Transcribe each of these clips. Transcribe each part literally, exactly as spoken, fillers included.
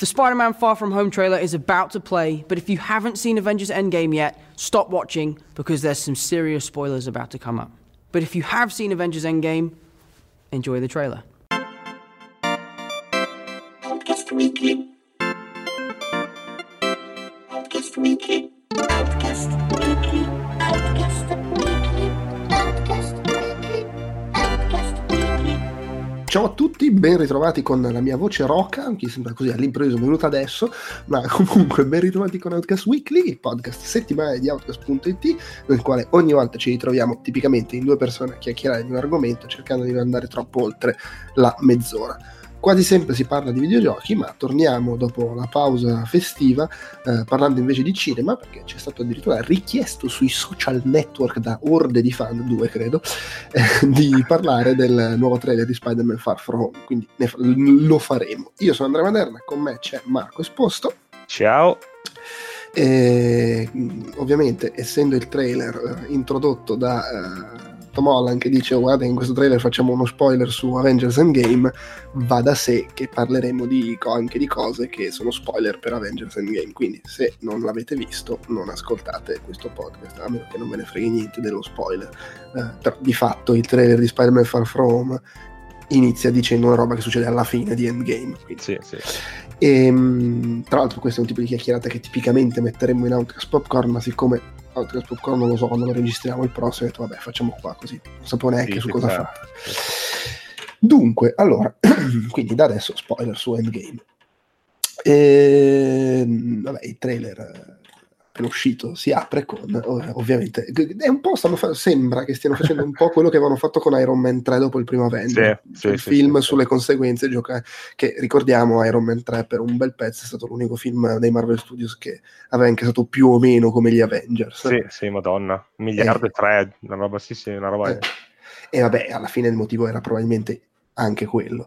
The Spider-Man Far From Home trailer is about to play, but if you haven't seen Avengers Endgame yet, stop watching because there's some serious spoilers about to come up. But if you have seen Avengers Endgame, enjoy the trailer. Podcast Weekly. Podcast Weekly. Podcast Weekly. Podcast Weekly. Podcast Weekly. Podcast Weekly. Ciao a tutti, ben ritrovati con la mia voce roca, che sembra così all'improvviso venuta adesso, ma comunque ben ritrovati con Outcast Weekly, il podcast settimanale di Outcast punto it, nel quale ogni volta ci ritroviamo tipicamente in due persone a chiacchierare di un argomento, cercando di non andare troppo oltre la mezz'ora. Quasi sempre si parla di videogiochi, ma torniamo dopo la pausa festiva eh, parlando invece di cinema, perché ci è stato addirittura richiesto sui social network da orde di fan, due credo, eh, di parlare del nuovo trailer di Spider-Man Far From Home, quindi ne fa- lo faremo. Io sono Andrea Maderna, con me c'è Marco Esposto. Ciao. E, ovviamente, essendo il trailer eh, introdotto da eh, Tom Holland, che dice: guarda, in questo trailer facciamo uno spoiler su Avengers Endgame, va da sé che parleremo di, anche di cose che sono spoiler per Avengers Endgame, quindi se non l'avete visto non ascoltate questo podcast, a meno che non ve ne freghi niente dello spoiler. Eh, però di fatto il trailer di Spider-Man Far From Home inizia dicendo una roba che succede alla fine di Endgame, quindi. Sì, sì. E, tra l'altro questo è un tipo di chiacchierata che tipicamente metteremmo in Outcast Popcorn, ma siccome Outcast Popcorn non lo so quando lo registriamo il prossimo, ho detto vabbè, facciamo qua così, non sapevo neanche Sì, su sì, cosa certo. fare. Dunque, allora, quindi da adesso spoiler su Endgame. E, vabbè, il trailer appena uscito si apre con, ovviamente, è un po', stanno fa- sembra che stiano facendo un po' quello che avevano fatto con Iron Man tre dopo il primo Avengers, Sì, cioè sì, il sì, film sì, sulle sì. conseguenze, gioca- che ricordiamo Iron Man tre per un bel pezzo è stato l'unico film dei Marvel Studios che aveva incassato più o meno come gli Avengers. Sì, sì, madonna, un miliardo Eh. e tre, una roba, sì, sì, una roba. Eh, e vabbè, alla fine il motivo era probabilmente anche quello.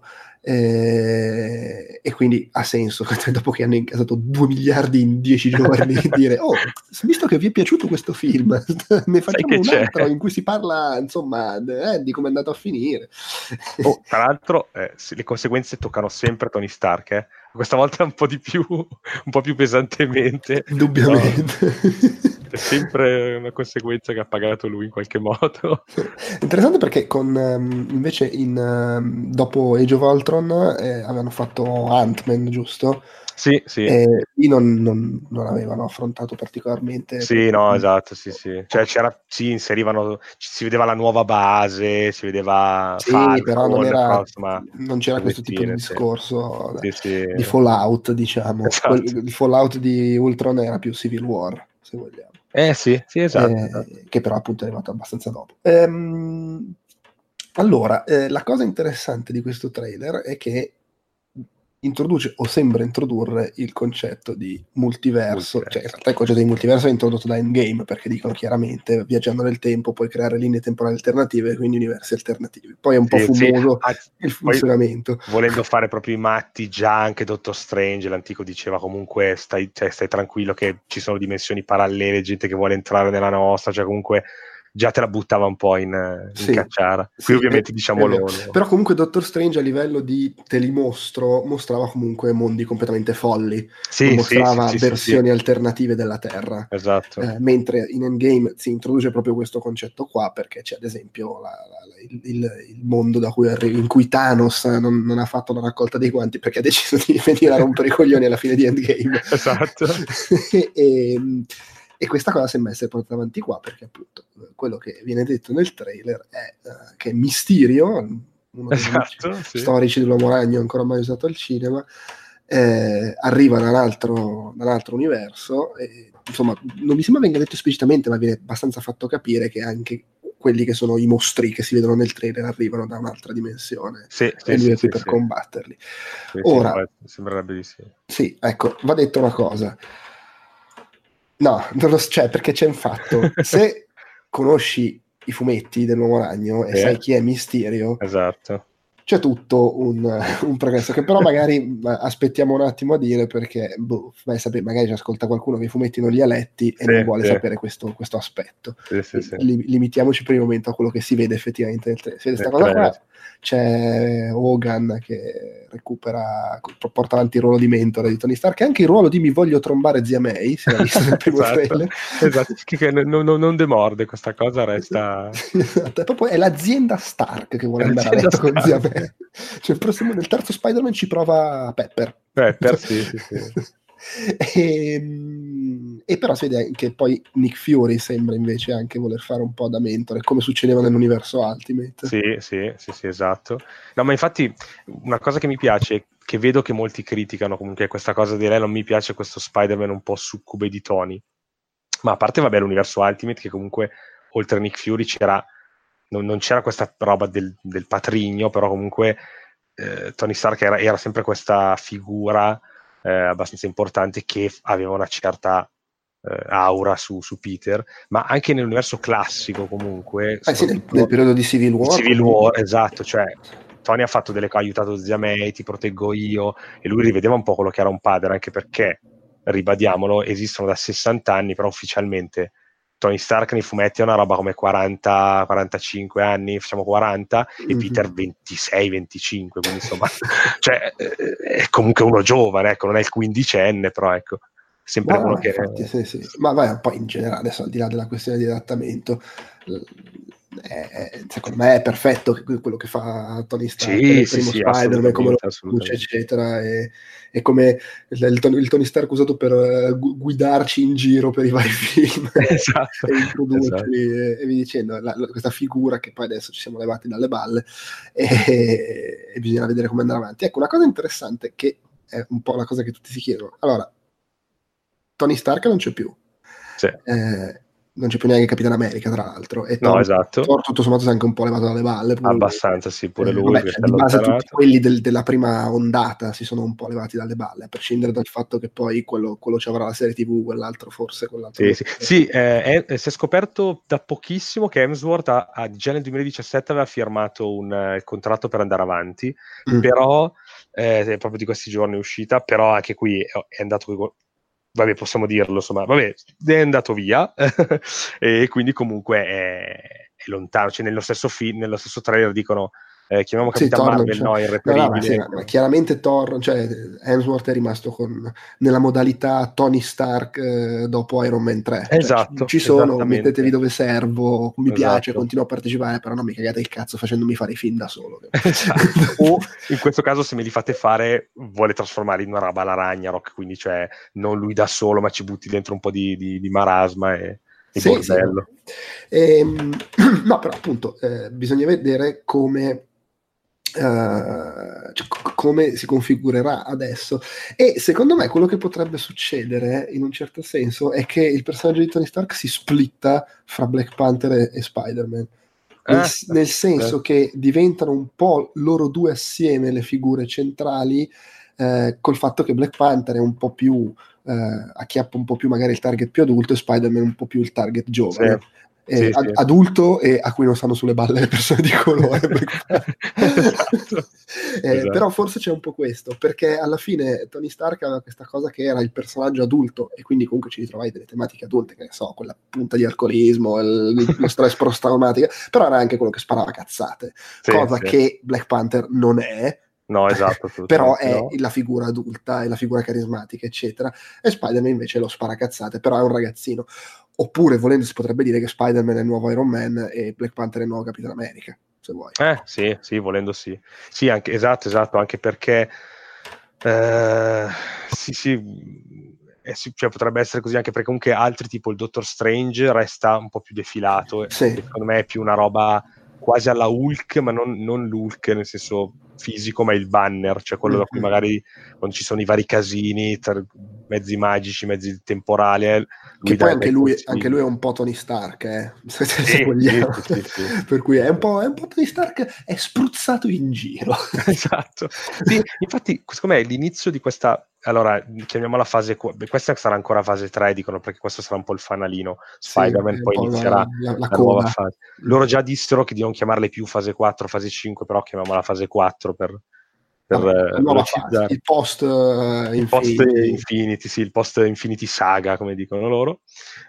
Eh, e quindi ha senso dopo che hanno incasato due miliardi in dieci giorni dire: oh, visto che vi è piaciuto questo film, ne facciamo che un c'è? altro in cui si parla, insomma, eh, di come è andato a finire. Oh, tra l'altro, eh, sì, le conseguenze toccano sempre Tony Stark, eh. Questa volta un po' di più, un po' più pesantemente. Indubbiamente. No, è sempre una conseguenza che ha pagato lui in qualche modo. Interessante perché con um, invece in um, dopo Age of Ultron eh, avevano fatto Ant-Man, giusto? Sì, sì. E lì non, non, non avevano affrontato particolarmente. Sì, no, esatto, sì, sì. Cioè c'era, si inserivano, ci- si vedeva la nuova base, si vedeva Sì, però non Falcon, però era, insomma, non c'era questo tipo di cosettine, sì. discorso Sì, sì. di Fallout, diciamo. Esatto. Quel- il Fallout di Ultron era più Civil War, se vogliamo. Eh sì, sì, esatto, Eh, esatto. che però appunto è arrivato abbastanza dopo. Ehm, allora, eh, la cosa interessante di questo trailer è che introduce o sembra introdurre il concetto di multiverso, Multiverso. cioè in realtà il concetto di multiverso è introdotto da Endgame, perché dicono chiaramente viaggiando nel tempo puoi creare linee temporali alternative e quindi universi alternativi. Poi è un po' Sì, sì. fumoso Anzi, il poi, funzionamento. volendo fare proprio i matti, già anche Doctor Strange, l'antico, diceva comunque stai, cioè, stai tranquillo che ci sono dimensioni parallele, gente che vuole entrare nella nostra, cioè comunque già te la buttava un po' in, in Sì, cacciara. Qui sì, ovviamente è- diciamo è vero. loro. Però comunque Doctor Strange a livello di te li mostro mostrava comunque mondi completamente folli, non Sì, sì, mostrava sì, sì, sì, versioni sì. alternative della Terra. Esatto. Eh, mentre in Endgame si introduce proprio questo concetto qua, perché c'è ad esempio la- la- il, il- il mondo da cui arri- in cui Thanos non, non ha fatto la raccolta dei guanti perché ha deciso di venire a rompere i coglioni alla fine di Endgame. Esatto. e, e questa cosa sembra essere portata avanti qua, perché appunto quello che viene detto nel trailer è uh, che Mysterio, uno dei Esatto, sì. storici dell'Uomo Ragno ancora mai usato al cinema, eh, arriva da un altro, da un altro universo e, insomma, non mi sembra venga detto esplicitamente, ma viene abbastanza fatto capire che anche quelli che sono i mostri che si vedono nel trailer arrivano da un'altra dimensione, Sì, sì, e lui sì, è qui sì, per sì. combatterli. Sì, Ora, sì, poi sembrerebbe di sì. sì, ecco, va detto una cosa. No, non lo so, cioè, perché c'è un fatto. Se conosci i fumetti dell'Uomo Ragno e Sì. sai chi è Mysterio, Esatto. c'è tutto un, un progresso che però magari aspettiamo un attimo a dire, perché boh, vai a sapere, magari ci ascolta qualcuno che i fumetti non li ha letti e Sì, non vuole sì. sapere questo, questo aspetto. Sì, sì, sì. Li- limitiamoci per il momento a quello che si vede effettivamente nel trailer. Si vede Nel questa cosa qua, trailer. c'è Hogan che recupera, porta avanti il ruolo di mentore di Tony Stark, e anche il ruolo di mi voglio trombare zia May, si era visto nel primo Esatto, trailer. esatto, che, che non, non- non demorde, questa cosa resta... Esatto, è proprio è l'azienda Stark che vuole È andare a l'azienda letto con zia Stark. May. Cioè, il prossimo, nel terzo Spider-Man ci prova Pepper. Pepper, sì, sì, sì. E, e però si vede che poi Nick Fury sembra invece anche voler fare un po' da mentore, come succedeva nell'universo Ultimate. Sì, sì, sì, sì, esatto. No, ma infatti una cosa che mi piace, che vedo che molti criticano comunque, è questa cosa di lei, non mi piace questo Spider-Man un po' succube di Tony. Ma a parte, vabbè, l'universo Ultimate, che comunque oltre a Nick Fury c'era, non, non c'era questa roba del, del patrigno, però comunque eh, Tony Stark era, era sempre questa figura eh, abbastanza importante che aveva una certa eh, aura su, su Peter, ma anche nell'universo classico comunque, Eh sì, nel, soprattutto nel periodo di Civil War. Civil comunque. War, esatto, cioè Tony ha fatto delle cose, ha aiutato zia May, ti proteggo io, e lui rivedeva un po' quello che era un padre, anche perché, ribadiamolo, esistono da sessanta anni, però ufficialmente Tony Stark nei fumetti è una roba come quaranta quarantacinque anni, facciamo quaranta, e Mhm. Peter ventisei venticinque, quindi insomma cioè, eh, è comunque uno giovane, ecco, non è il quindicenne, però ecco, sempre No, uno no, che... infatti, sì, sì. Ma vai, poi in generale, adesso al di là della questione di adattamento, è- è- secondo me è perfetto che- quello che fa Tony Stark Sì, nel sì, primo sì, Spider-Man, come lo assolutamente, conduce, assolutamente. eccetera, e, e come il, il Tony, il Tony Stark usato per eh, gu- guidarci in giro per i vari film Esatto, e introdurci esatto. e, e via dicendo, la- la- questa figura che poi adesso ci siamo levati dalle balle e, e bisogna vedere come andare avanti. Ecco, una cosa interessante che è un po' la cosa che tutti si chiedono. Allora, Tony Stark non c'è più. Sì. Eh, non c'è più neanche Capitan America, tra l'altro. E No, Thor, esatto. Thor, tutto sommato si è anche un po' levato dalle balle. pure lui. Abbastanza, sì, pure Eh, lui vabbè, che cioè, si è di base tutti allontanato. quelli del- della prima ondata si sono un po' levati dalle balle, a prescindere dal fatto che poi quello, quello ci avrà la serie tivù, quell'altro forse, quell'altro. Sì, sì. Sì, eh, è- si è scoperto da pochissimo che Hemsworth ha, ha- già nel duemiladiciassette aveva firmato un eh, contratto per andare avanti, Mm. però eh, è proprio di questi giorni è uscita, però anche qui è, è andato, vabbè, possiamo dirlo, insomma, vabbè, è andato via e quindi comunque è, è lontano, cioè nello stesso film, nello stesso trailer dicono eh, chiamiamo Sì, Capitan Thor non Marvel, c'è. no, No, no, ma, irreperibile. sì, ma chiaramente Thor, cioè Hemsworth è rimasto con, nella modalità Tony Stark eh, dopo Iron Man tre. Cioè, Esatto, ci sono, esattamente. mettetevi dove servo, mi piace, Esatto. continuo a partecipare, però non mi cagate il cazzo facendomi fare i film da solo. Esatto. O in questo caso, se me li fate fare, vuole trasformarli in una roba alla Ragnarok, quindi cioè non lui da solo, ma ci butti dentro un po' di, di, di marasma e di Sì, sì, no. bordello. Ehm, no, però appunto eh, bisogna vedere come, eh, cioè, co- come si configurerà adesso. E secondo me quello che potrebbe succedere in un certo senso è che il personaggio di Tony Stark si splitta fra Black Panther e, e Spider-Man. Nel, Ah, nel senso eh. che diventano un po' loro due assieme le figure centrali, eh, col fatto che Black Panther è un po' più eh, acchiappa un po' più magari il target più adulto e Spider-Man un po' più il target giovane. Sì. Eh, Sì, ad- sì. adulto e a cui non stanno sulle balle le persone di colore. Esatto. Eh, Esatto. Però forse c'è un po' questo, perché alla fine Tony Stark aveva questa cosa che era il personaggio adulto e quindi comunque ci ritrovai delle tematiche adulte, che ne so, quella punta di alcolismo, il- lo stress post-traumatico, però era anche quello che sparava cazzate, Sì, cosa sì. che Black Panther non è. No, esatto, Però assolutamente è no. la figura adulta, è la figura carismatica, eccetera. E Spider-Man invece lo sparacazzate, però è un ragazzino. Oppure, volendo, si potrebbe dire che Spider-Man è il nuovo Iron Man e Black Panther è il nuovo Capitan America, se vuoi. Eh, sì, sì, volendo sì. Sì, anche, esatto, esatto, anche perché eh, sì, sì, eh, sì, cioè, potrebbe essere così anche perché comunque altri tipo il Doctor Strange resta un po' più defilato e, Sì. e secondo me è più una roba quasi alla Hulk, ma non, non l'Hulk nel senso fisico, ma il banner, cioè quello da cui Mm-hmm. magari quando ci sono i vari casini, tra, mezzi magici, mezzi temporali. Eh. Che poi anche lui, anche lui è un po' Tony Stark, eh? se, se sì, vogliamo. Sì, sì, sì. Per cui è un, po', è un po' Tony Stark, è spruzzato in giro. Esatto. Sì, infatti, secondo me l'inizio di questa, allora chiamiamola fase, questa sarà ancora fase tre, dicono, perché questo sarà un po' il fanalino. Spider-Man sì, poi inizierà la, la, la, la nuova fase. Loro già dissero che di non chiamarle più fase quattro, fase cinque, però chiamiamola fase quattro per, per la nuova fase, velocizzare. il post uh, il post Infinity, sì, il post Infinity Saga, come dicono loro.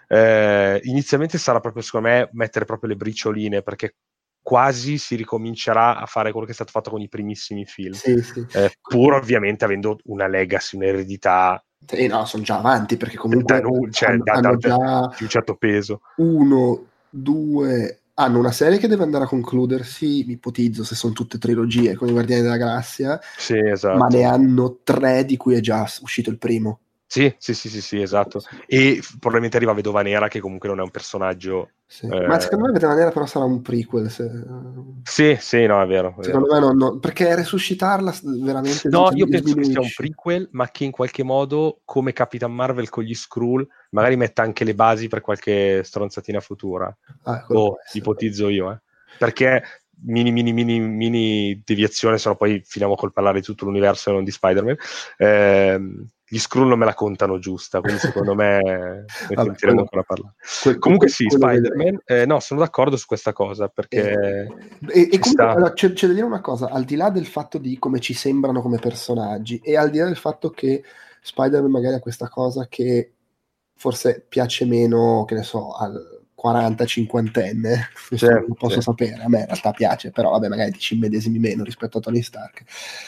Eh, inizialmente sarà proprio, secondo me, mettere proprio le bricioline, perché quasi si ricomincerà a fare quello che è stato fatto con i primissimi film, sì, sì. Eh, pur ovviamente avendo una legacy, un'eredità. Eh, no, sono già avanti, perché comunque da, cioè, hanno, da, hanno da, già di un certo peso. Uno, due... Hanno una serie che deve andare a concludersi, mi ipotizzo, se sono tutte trilogie con i Guardiani della Galassia, sì, esatto. ma ne hanno tre di cui è già uscito il primo. Sì, sì, sì, sì, sì, esatto. E probabilmente arriva Vedova Nera, che comunque non è un personaggio. Sì. Eh... Ma secondo me Vedova Nera però sarà un prequel. Se... Sì, sì, no, è vero. È secondo vero. me no, no, perché resuscitarla veramente. No, io penso che sia un prequel, ma che in qualche modo, come Capitan Marvel con gli Skrull, magari metta anche le basi per qualche stronzatina futura. Ah, boh, ipotizzo io, eh. Perché mini, mini, mini, mini deviazione, se no poi finiamo col parlare di tutto l'universo e non di Spider-Man. Eh, gli Skrull non me la contano giusta, quindi secondo me ne Vabbè, sentiremo quello, ancora parlare. Quel, Comunque quel, sì, Spider-Man, eh, no, sono d'accordo su questa cosa, perché e, e, e comunque sta... allora, c'è, c'è da dire una cosa, al di là del fatto di come ci sembrano come personaggi e al di là del fatto che Spider-Man magari ha questa cosa che forse piace meno, che ne so, al quaranta cinquantenne, questo sì, non lo posso sì. sapere, a me in realtà piace, però vabbè, magari ti ci immedesimi meno rispetto a Tony Stark.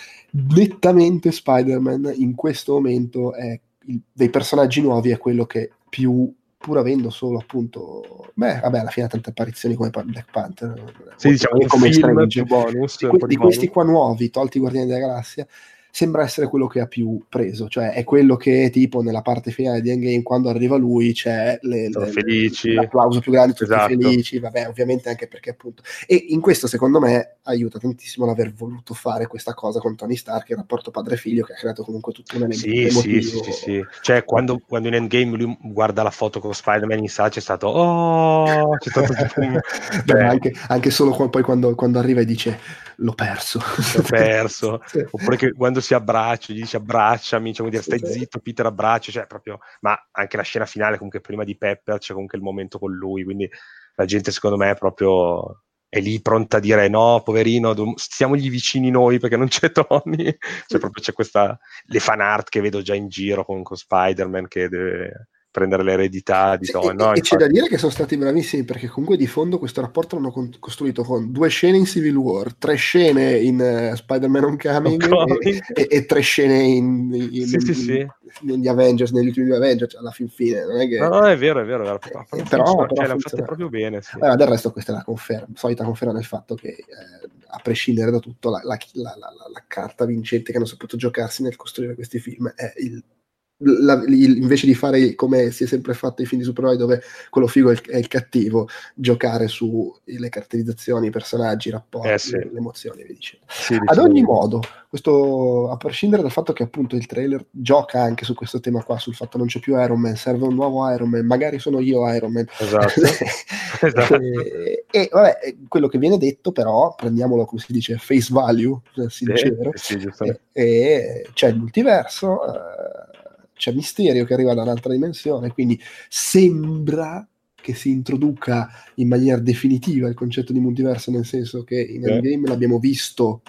Nettamente Spider-Man in questo momento è il, dei personaggi nuovi è quello che più, pur avendo solo appunto, beh, vabbè, alla fine ha tante apparizioni come Black Panther, sì, diciamo, come un film Strange. più bonus, di, un que- po' di di questi bonus. qua nuovi, tolti i Guardiani della Galassia, sembra essere quello che ha più preso, cioè è quello che tipo nella parte finale di Endgame, quando arriva lui c'è le, sono le, felici, l'applauso più grande, tutti esatto. felici, vabbè, ovviamente anche perché appunto, e in questo secondo me aiuta tantissimo l'aver voluto fare questa cosa con Tony Stark, il rapporto padre-figlio che ha creato comunque tutto un elemento sì, emotivo. sì, sì, sì. Cioè quando, quando in Endgame lui guarda la foto con Spider-Man in sala c'è stato oh, c'è stato tipo un... Beh, cioè, anche, anche solo poi quando, quando arriva e dice l'ho perso, l'ho perso. sì. Oppure che quando si abbraccia gli dice abbracciami, cioè, dire, stai sì, zitto Peter, abbraccia, cioè proprio, ma anche la scena finale comunque prima di Pepper c'è comunque il momento con lui, quindi la gente secondo me è proprio è lì pronta a dire no poverino, do- stiamogli vicini noi perché non c'è Tony, cioè proprio c'è questa, le fan art che vedo già in giro con, con Spider-Man che deve prendere l'eredità di Sì, Tony, e, no, e c'è da infatti. dire che sono stati bravissimi, perché comunque di fondo questo rapporto l'hanno con- costruito con due scene in Civil War, tre scene in uh, Spider-Man Homecoming e, e, e tre scene in, in, sì, in, sì, in, sì. negli Avengers, negli ultimi due Avengers, alla fin fine, non è che... No, no, è vero, è vero, è vero. Però, Eh, però, però, funziona, però cioè, l'hanno funziona. fatte proprio bene. Sì. Allora, del resto questa è la conferma, solita conferma del fatto che eh, a prescindere da tutto la, la, la, la, la carta vincente che hanno saputo giocarsi nel costruire questi film è il La, il, invece di fare come si è sempre fatto i film di supereroi dove quello figo è il, è il cattivo, giocare sulle caratterizzazioni, i personaggi, i rapporti, Eh, sì. le, le emozioni, vi dicevo. Sì, Ad ogni modo, questo, a prescindere dal fatto che appunto il trailer gioca anche su questo tema qua, sul fatto non c'è più Iron Man, serve un nuovo Iron Man, magari sono io Iron Man. Esatto. esatto. e, e vabbè, quello che viene detto però, prendiamolo come si dice, face value, sincero, sì, sì, e, e c'è il multiverso, eh, c'è Mysterio che arriva da un'altra dimensione, quindi sembra che si introduca in maniera definitiva il concetto di multiverso, nel senso che in eh. Endgame l'abbiamo visto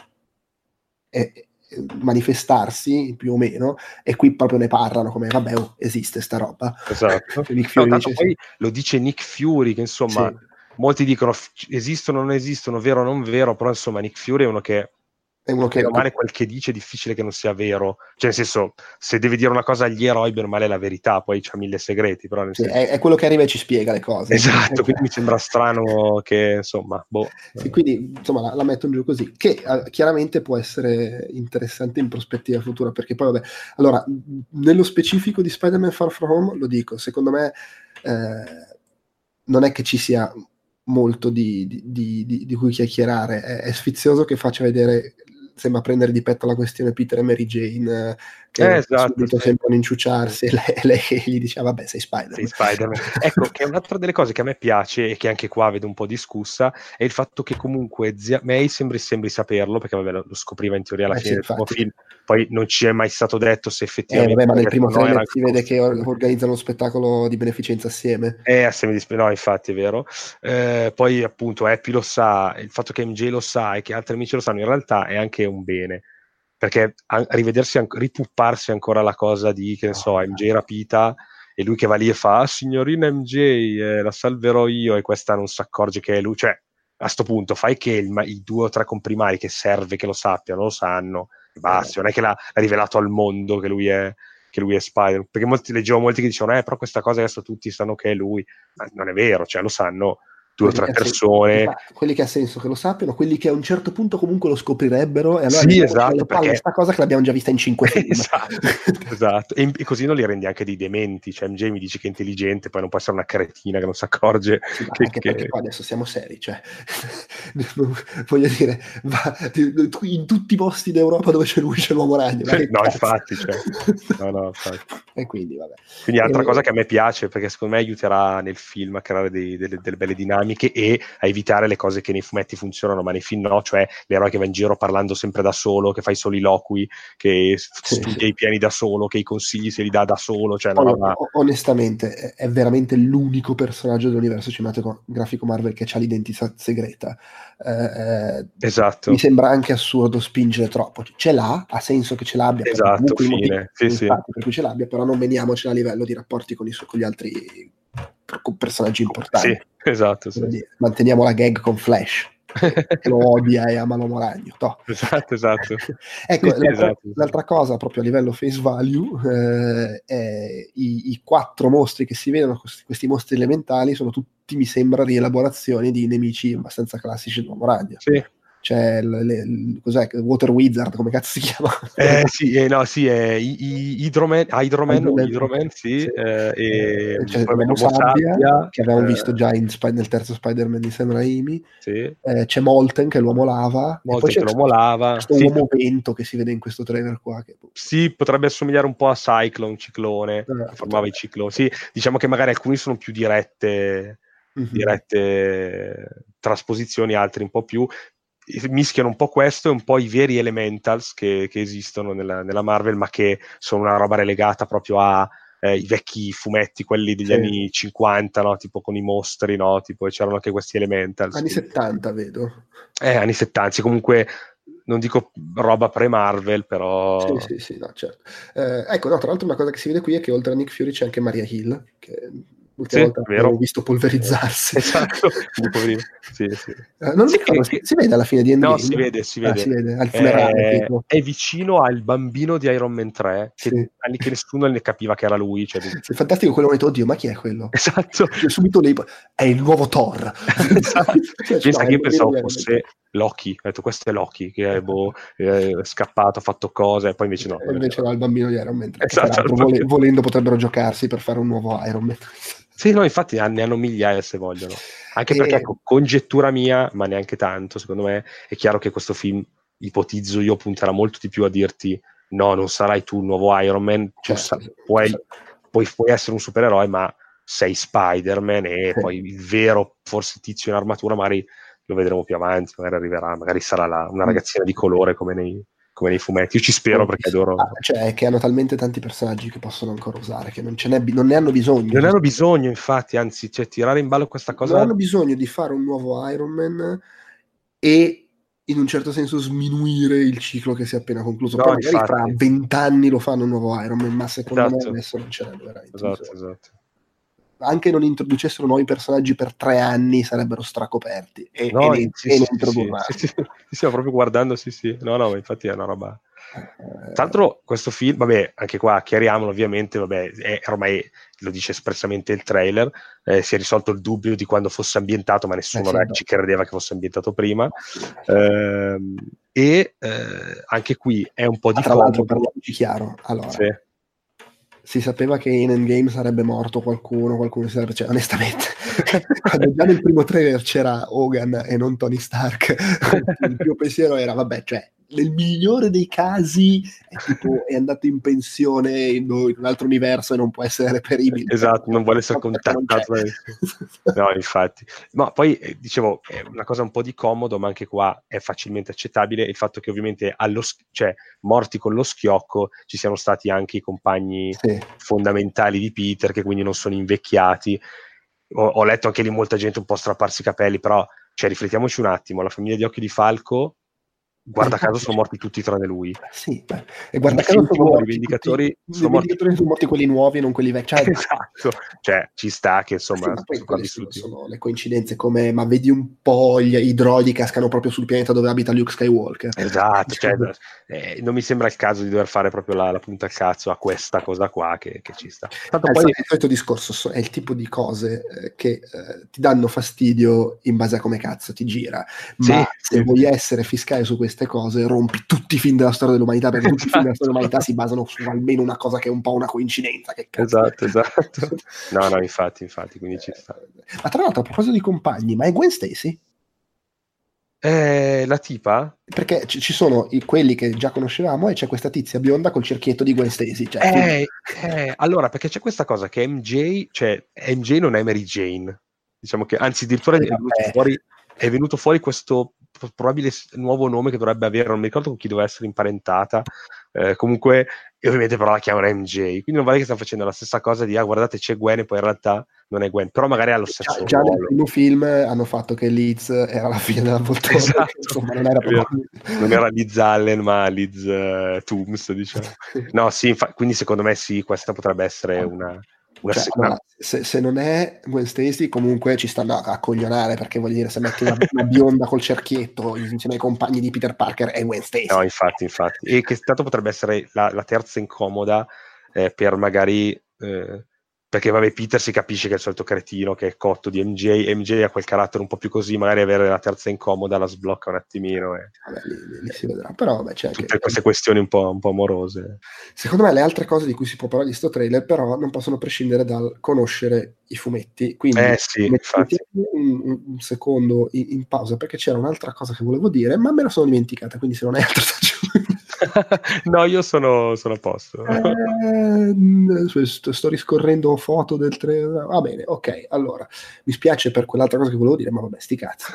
eh, manifestarsi più o meno, e qui proprio ne parlano come vabbè, oh, esiste sta roba. Esatto. Nick Fury no, dice, poi sì. lo dice Nick Fury, che insomma Sì. molti dicono esistono o non esistono, vero o non vero, però insomma Nick Fury è uno che è uno che male quel che dice è difficile che non sia vero, cioè nel senso, se devi dire una cosa agli eroi per male è la verità, poi c'ha mille segreti, però nel sì, senso... è, è quello che arriva e ci spiega le cose. Esatto, quindi mi sembra strano che insomma boh. Sì, quindi insomma la, la metto in giù così, che eh, chiaramente può essere interessante in prospettiva futura, perché poi vabbè, allora nello specifico di Spider-Man Far From Home lo dico, secondo me eh, non è che ci sia molto di, di, di, di, di cui chiacchierare, è, è sfizioso che faccia vedere, sembra prendere di petto la questione Peter e Mary Jane che Eh, esatto, subito sì. sembrano inciucciarsi e lei, lei gli diceva vabbè sei Spider-Man. Sei Spider-Man. Ecco, che è un'altra delle cose che a me piace e che anche qua vedo un po' discussa è il fatto che comunque zia May sembri, sembri saperlo, perché vabbè lo, lo scopriva in teoria alla Eh, fine sì, del primo infatti. film, poi non ci è mai stato detto se Eh, effettivamente vabbè, ma nel ha primo detto no, era trailer anche si vede che or- costume. organizzano lo spettacolo di beneficenza assieme. Eh, assieme di no, infatti è vero. Eh, poi appunto Happy lo sa, il fatto che M J lo sa e che altri amici lo sanno in realtà è anche un bene, perché a- rivedersi, an- ripupparsi ancora la cosa di, che ne so, M J rapita e lui che va lì e fa, ah, signorina M J, eh, la salverò io, e questa non si accorge che è lui, cioè a sto punto fai che il, ma- i due o tre comprimari che serve che lo sappiano, lo sanno, e basta, non è che l'ha, l'ha rivelato al mondo che lui è che lui è Spider, perché molti, leggevo molti che dicevano eh però questa cosa adesso tutti sanno che è lui, ma non è vero, cioè lo sanno due o Quelli tre che, ha sen- persone. esatto, quelli che ha senso che lo sappiano, quelli che a un certo punto comunque lo scoprirebbero e allora Sì, andiamoci esatto, alle palle perché sta cosa che l'abbiamo già vista in cinque film. esatto, esatto. E, e così non li rendi anche dei dementi, cioè M J mi dice che è intelligente, poi non può essere una cretina che non si accorge Sì, ma che, anche che... perché qua adesso siamo seri, cioè voglio dire, va, in tutti i posti d'Europa dove c'è lui c'è l'uomo ragno. Ma che no, cazzo? infatti, cioè. no, no, infatti. E quindi vabbè. Quindi altra E- cosa che a me piace, perché secondo me aiuterà nel film a creare dei- delle, delle belle dinamiche e a evitare le cose che nei fumetti funzionano, ma nei film no, cioè l'eroe che va in giro parlando sempre da solo, che fa i soliloqui, che Sì, studia sì. i piani da solo, che i consigli se li dà da solo, cioè una Poi, roba... o- onestamente, è, è veramente l'unico personaggio dell'universo cinematografico Marvel che ha l'identità segreta. Eh, eh, Esatto, mi sembra anche assurdo spingere troppo. Ce l'ha, ha senso che ce l'abbia, perché esatto, comunque i motivi fine, sì, sono sì. stati per cui ce l'abbia, però non veniamocela a livello di rapporti con, i su- con gli altri con personaggi importanti. Sì, esatto, sì. Voglio dire, manteniamo la gag con Flash, che, che lo odia e ama l'uomo ragno. Toh. Esatto, esatto. Ecco, Sì, sì, l'altra, esatto. l'altra cosa proprio a livello face value eh, è i, i quattro mostri che si vedono, questi, questi mostri elementali sono tutti, mi sembra, rielaborazioni di nemici abbastanza classici dell'uomo ragno. Sì. C'è il, le- il- cos'è? Water Wizard, come cazzo si chiama? Eh, sì, eh, no, sì, è I- I- Hydroman, Hydroman, o Hydroman, Hydroman, ok, sì, sì. eh, e Eh, c'è poi l'uomo l'uomo sabbia, sabbia, che avevamo eh, visto già in Sp- nel terzo Spider-Man di Sam Raimi. sì, Eh, c'è Molten, che è l'uomo lava, e poi molto c'è che l'uomo lava, questo sì, uomo vento che si vede in questo trailer qua. Che... sì, potrebbe assomigliare un po' a Cyclone, Ciclone, Eh, che formava i cicloni. Sì, diciamo che magari alcuni sono più dirette, Mhm. dirette trasposizioni, altri un po' più. Mischiano un po' questo e un po' i veri elementals che, che esistono nella, nella Marvel, ma che sono una roba relegata proprio a eh, i vecchi fumetti, quelli degli Sì. anni cinquanta, no? Tipo con i mostri, no? Tipo, e c'erano anche questi elementals. Anni quindi- settanta, vedo. Eh, anni settanta, sì, comunque non dico roba pre-Marvel, però... Sì, sì, sì, no, certo. Eh, ecco, no, tra l'altro una cosa che si vede qui è che oltre a Nick Fury c'è anche Maria Hill, che l'ultima Sì, volta vero. l'avevo visto polverizzarsi. Esatto, quindi poverino. Sì, sì. Eh, non mi Sì, ricordo, che- si, si vede alla fine di Endgame? No, si vede, si Ah, vede. si vede, al funerale, Eh, tipo. è vicino al bambino di Iron Man tre, che, Sì. anni che nessuno ne capiva che era lui. Cioè, Sì, fantastico quello momento, oddio, ma chi è quello? esatto. Cioè, subito lei, è il nuovo Thor. Esatto. Cioè, Pensa no, che è io il bambino pensavo di Iron Man. fosse Loki, ho detto questo è Loki, che è, boh, è scappato, ha fatto cose, e poi invece no. E invece no, il bambino di Iron Man tre, che Esatto, peraltro il vole- bambino. volendo potrebbero giocarsi per fare un nuovo Iron Man. Sì, no, infatti ne ne hanno migliaia se vogliono. Anche E- perché, ecco, congettura mia, ma neanche tanto, secondo me, è chiaro che questo film, ipotizzo io, punterà molto di più a dirti no, non sarai tu il nuovo Iron Man, tu Certo, sa- sì, puoi, sì. puoi, puoi essere un supereroe, ma sei Spider-Man e Sì. poi il vero, forse tizio in armatura, magari lo vedremo più avanti, magari arriverà, magari sarà la- una ragazzina di colore come nei, come nei fumetti. Io ci spero perché adoro... Ah, cioè, è che hanno talmente tanti personaggi che possono ancora usare, che non, ce n'è, bi- non ne hanno bisogno. Non hanno bisogno, infatti, anzi, cioè, tirare in ballo questa cosa... Non hanno bisogno di fare un nuovo Iron Man e in un certo senso sminuire il ciclo che si è appena concluso. No, Poi magari infatti. fra vent'anni lo fanno un nuovo Iron Man, ma secondo Esatto. me adesso non ce n'è veramente Esatto, bisogno. esatto. Anche non introducessero nuovi personaggi per tre anni sarebbero stracoperti e, No, e ne, sì, e sì, ne sì, introdurranno. sì, sì, sì, sì, stiamo proprio guardando, sì, sì. No, no, infatti è una roba... Eh, Tra l'altro questo film, vabbè, anche qua chiariamolo ovviamente, vabbè, è, ormai lo dice espressamente il trailer, eh, si è risolto il dubbio di quando fosse ambientato, ma nessuno Eh sì, eh, no. ci credeva che fosse ambientato prima. Ehm, e eh, anche qui è un po' di tra l'altro, comodo. parliamoci chiaro, allora, Sì. si sapeva che in Endgame sarebbe morto qualcuno, qualcuno si sarebbe, cioè, onestamente, quando già nel primo trailer c'era Hogan e non Tony Stark, il mio pensiero era, vabbè, cioè, nel migliore dei casi è, tipo, è andato in pensione in, in un altro universo e non può essere reperibile. Esatto, non vuole essere Non contattato. c'è. No, infatti. Ma poi, eh, dicevo, è una cosa un po' di comodo, ma anche qua è facilmente accettabile il fatto che ovviamente allo sch- cioè, morti con lo schiocco ci siano stati anche i compagni Sì. fondamentali di Peter, che quindi non sono invecchiati. Ho, ho letto anche lì molta gente un po' strapparsi i capelli, però cioè, riflettiamoci un attimo, la famiglia di Occhio di Falco, guarda caso sono morti tutti tranne lui. Sì, beh. E guarda In caso sono Infinity War, i morti Vendicatori tutti, sono i morti Vendicatori sono morti quelli nuovi e non quelli vecchi. Cioè, esatto, cioè ci sta che sì, insomma ma poi sono quelle sono, sopravvissuti. sono le coincidenze come, ma vedi un po' gli, i droidi cascano proprio sul pianeta dove abita Luke Skywalker. Esatto, cioè, eh, non mi sembra il caso di dover fare proprio la, la punta al cazzo a questa cosa qua che, che ci sta. Tanto Eh, poi il solito discorso so- è il tipo di cose eh, che eh, ti danno fastidio in base a come cazzo ti gira, Sì, ma se sì, vuoi sì. essere fiscale su queste cose rompi tutti i film della storia dell'umanità, perché tutti i film della storia Esatto. dell'umanità si basano su almeno una cosa che è un po' una coincidenza. Che cazzo. Esatto, esatto. No, no, infatti, infatti, quindi ci sta. Ma tra l'altro a proposito di compagni, ma è Gwen Stacy? Eh, la tipa? Perché ci ci sono i- quelli che già conoscevamo e c'è questa tizia bionda col cerchietto di Gwen Stacy. Cioè, Eh, eh, allora, perché c'è questa cosa che M J, cioè M J non è Mary Jane, diciamo che, anzi, addirittura sì, è venuto vabbè. fuori, è venuto fuori questo pro- probabile s- nuovo nome che dovrebbe avere, non mi ricordo con chi doveva essere imparentata, eh, comunque, e ovviamente però la chiamano M J, quindi non vale che stanno facendo la stessa cosa di, ah, guardate, c'è Gwen e poi in realtà non è Gwen, però magari ha lo Già, stesso già nel ruolo. primo film hanno fatto che Liz era la figlia dell'avvoltore, Esatto, insomma non era è vero. proprio... Non era Liz Allen, ma Liz uh, Toombs, diciamo. No, sì, infa- quindi secondo me sì, questa potrebbe essere una... una, Cioè, se- allora, una- se, se non è Gwen Stacy comunque ci stanno a coglionare, perché voglio dire, se metti una, una bionda col cerchietto insieme ai compagni di Peter Parker è Gwen Stacy. No, infatti, infatti. E che tanto potrebbe essere la, la terza incomoda eh, per magari... eh, perché vabbè, Peter si capisce che è il solito cretino che è cotto di M J, M J ha quel carattere un po' più così, magari avere la terza incomoda la sblocca un attimino e Vabbè, lì, lì- lì si vedrà, però vabbè, c'è anche... tutte queste questioni un po', un po' amorose. Secondo me le altre cose di cui si può parlare di sto trailer però non possono prescindere dal conoscere i fumetti, quindi Eh sì, infatti. mettiamo un, un- un secondo in, in pausa perché c'era un'altra cosa che volevo dire ma me la sono dimenticata, quindi se non è altro No, io sono, sono a posto. eh, sto, sto riscorrendo foto del trailer, va bene, ok, allora mi spiace per quell'altra cosa che volevo dire ma vabbè sti cazzi.